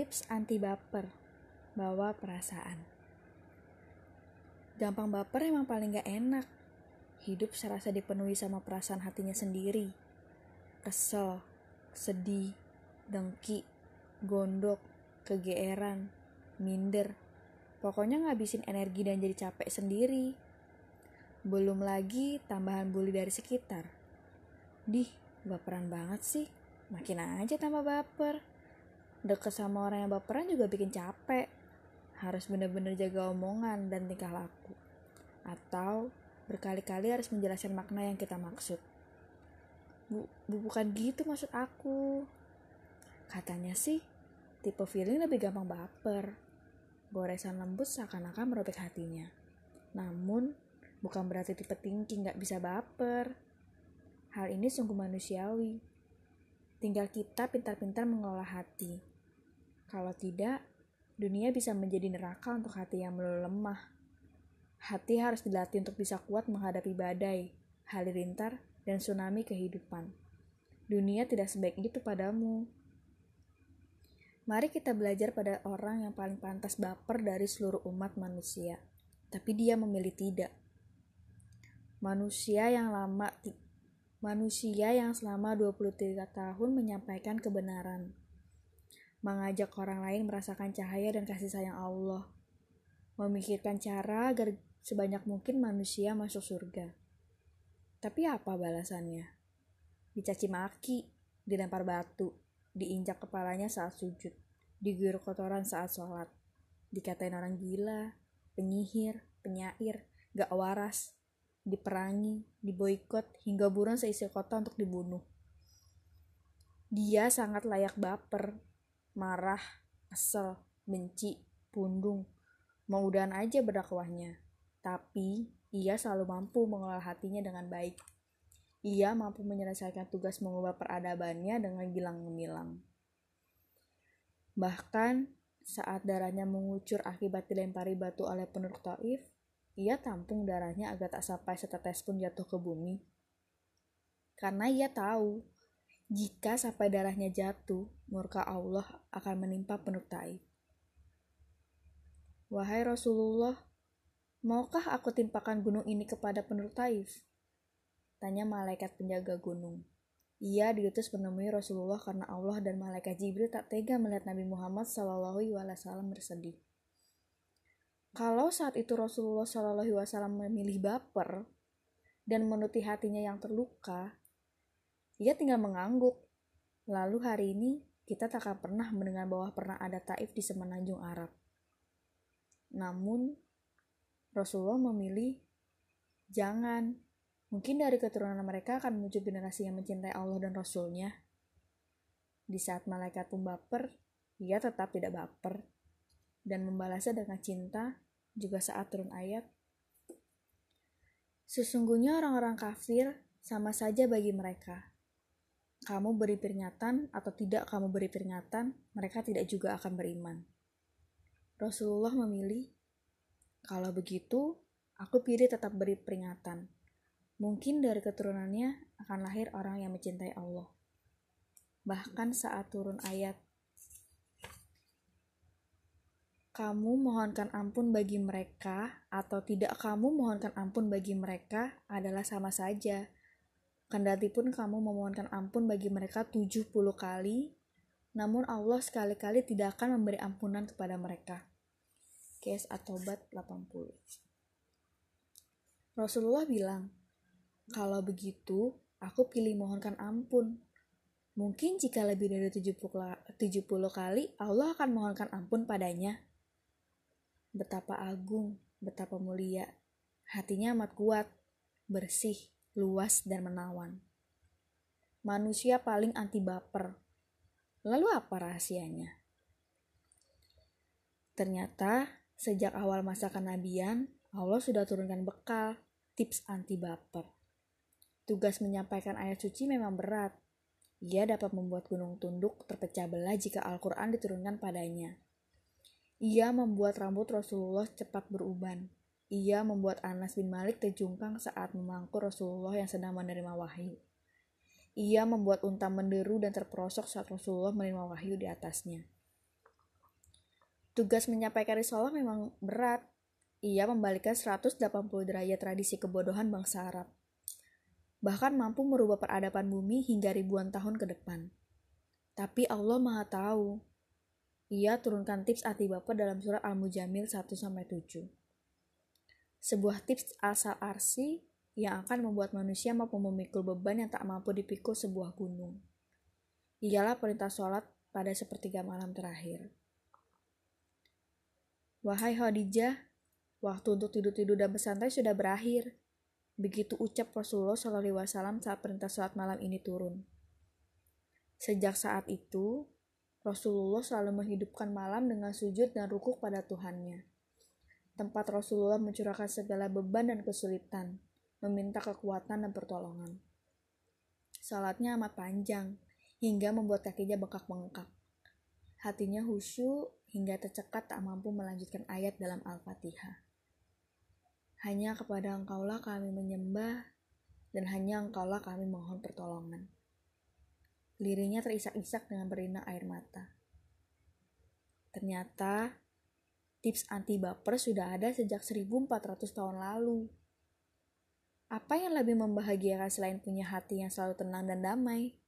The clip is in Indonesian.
Tips anti baper, bawa perasaan. Gampang baper emang paling gak enak. Hidup serasa dipenuhi sama perasaan hatinya sendiri. Kesel, sedih, dengki, gondok, kegeeran, minder. Pokoknya ngabisin energi dan jadi capek sendiri. Belum lagi tambahan bully dari sekitar. Baperan banget sih. Makin aja tambah baper. Deket sama orang yang baperan juga bikin capek. Harus benar-benar jaga omongan dan tingkah laku. Atau berkali-kali harus menjelaskan makna yang kita maksud. Bukan gitu maksud aku. Katanya sih, tipe feeling lebih gampang baper. Goresan lembut seakan-akan merobek hatinya. Namun, bukan berarti tipe thinking gak bisa baper. Hal ini sungguh manusiawi. Tinggal kita pintar-pintar mengolah hati. Kalau tidak, dunia bisa menjadi neraka untuk hati yang melulu lemah. Hati harus dilatih untuk bisa kuat menghadapi badai, halilintar, dan tsunami kehidupan. Dunia tidak sebaik itu padamu. Mari kita belajar pada orang yang paling pantas baper dari seluruh umat manusia. Tapi dia memilih tidak. Manusia yang selama 23 tahun menyampaikan kebenaran. Mengajak orang lain merasakan cahaya dan kasih sayang Allah. Memikirkan cara agar sebanyak mungkin manusia masuk surga. Tapi apa balasannya? Dicaci maki, dilempar batu, diinjak kepalanya saat sujud, diguyur kotoran saat sholat, dikatain orang gila, penyihir, penyair, gak waras, diperangi, diboikot, hingga buron seisi kota untuk dibunuh. Dia sangat layak baper, marah, kesel, benci, pundung, mau udahan aja berdakwahnya. Tapi ia selalu mampu mengelola hatinya dengan baik. Ia mampu menyelesaikan tugas mengubah peradabannya dengan gilang gemilang. Bahkan saat darahnya mengucur akibat dilempari batu oleh penduduk Taif, ia tampung darahnya agar tak sampai setetes pun jatuh ke bumi. Karena ia tahu, jika sampai darahnya jatuh, murka Allah akan menimpa penduduk Taif. Wahai Rasulullah, maukah aku timpakan gunung ini kepada penduduk Taif? Tanya malaikat penjaga gunung. Ia diutus menemui Rasulullah karena Allah dan malaikat Jibril tak tega melihat Nabi Muhammad SAW bersedih. Kalau saat itu Rasulullah SAW memilih baper dan menuti hatinya yang terluka, ia tinggal mengangguk. Lalu hari ini kita tak akan pernah mendengar bahwa pernah ada Taif di semenanjung Arab. Namun Rasulullah memilih jangan. Mungkin dari keturunan mereka akan muncul generasi yang mencintai Allah dan Rasul-Nya. Di saat malaikat pun baper, ia tetap tidak baper dan membalasnya dengan cinta juga saat turun ayat. Sesungguhnya orang-orang kafir sama saja bagi mereka. Kamu beri peringatan atau tidak kamu beri peringatan, mereka tidak juga akan beriman. Rasulullah memilih, kalau begitu, aku pilih tetap beri peringatan. Mungkin dari keturunannya akan lahir orang yang mencintai Allah. Bahkan saat turun ayat, kamu mohonkan ampun bagi mereka atau tidak kamu mohonkan ampun bagi mereka adalah sama saja. Kendati pun kamu memohonkan ampun bagi mereka 70 kali, namun Allah sekali-kali tidak akan memberi ampunan kepada mereka. Qiyas At-Taubat 80. Rasulullah bilang, kalau begitu, aku pilih mohonkan ampun. Mungkin jika lebih dari 70 kali, Allah akan mohonkan ampun padanya. Betapa agung, betapa mulia. Hatinya amat kuat, bersih, luas, dan menawan. Manusia paling anti baper. Lalu apa rahasianya? Ternyata, sejak awal masa kenabian, Allah sudah turunkan bekal, tips anti baper. Tugas menyampaikan ayat suci memang berat. Ia dapat membuat gunung tunduk terpecah belah jika Al-Quran diturunkan padanya. Ia membuat rambut Rasulullah cepat beruban. Ia membuat Anas bin Malik terjungkang saat memangku Rasulullah yang sedang menerima wahyu. Ia membuat unta menderu dan terperosok saat Rasulullah menerima wahyu di atasnya. Tugas menyampaikan risalah memang berat. Ia membalikkan 180 derajat tradisi kebodohan bangsa Arab. Bahkan mampu merubah peradaban bumi hingga ribuan tahun ke depan. Tapi Allah Maha Tahu. Ia turunkan tips anti baper dalam surat Al-Mujamil 1-7. Sebuah tips asal arsi yang akan membuat manusia mampu memikul beban yang tak mampu dipikul sebuah gunung. Ialah perintah sholat pada sepertiga malam terakhir. Wahai Khadijah, waktu untuk tidur-tidur dan bersantai sudah berakhir. Begitu ucap Rasulullah SAW saat perintah sholat malam ini turun. Sejak saat itu, Rasulullah selalu menghidupkan malam dengan sujud dan rukuk pada Tuhannya. Tempat Rasulullah mencurahkan segala beban dan kesulitan, meminta kekuatan dan pertolongan. Salatnya amat panjang, hingga membuat kakinya bengkak-bengkak. Hatinya khusyuk hingga tercekat tak mampu melanjutkan ayat dalam Al-Fatihah. Hanya kepada Engkaulah kami menyembah, dan hanya Engkaulah kami mohon pertolongan. Lirihnya terisak-isak dengan berinang air mata. Ternyata, tips anti baper sudah ada sejak 1400 tahun lalu. Apa yang lebih membahagiakan selain punya hati yang selalu tenang dan damai?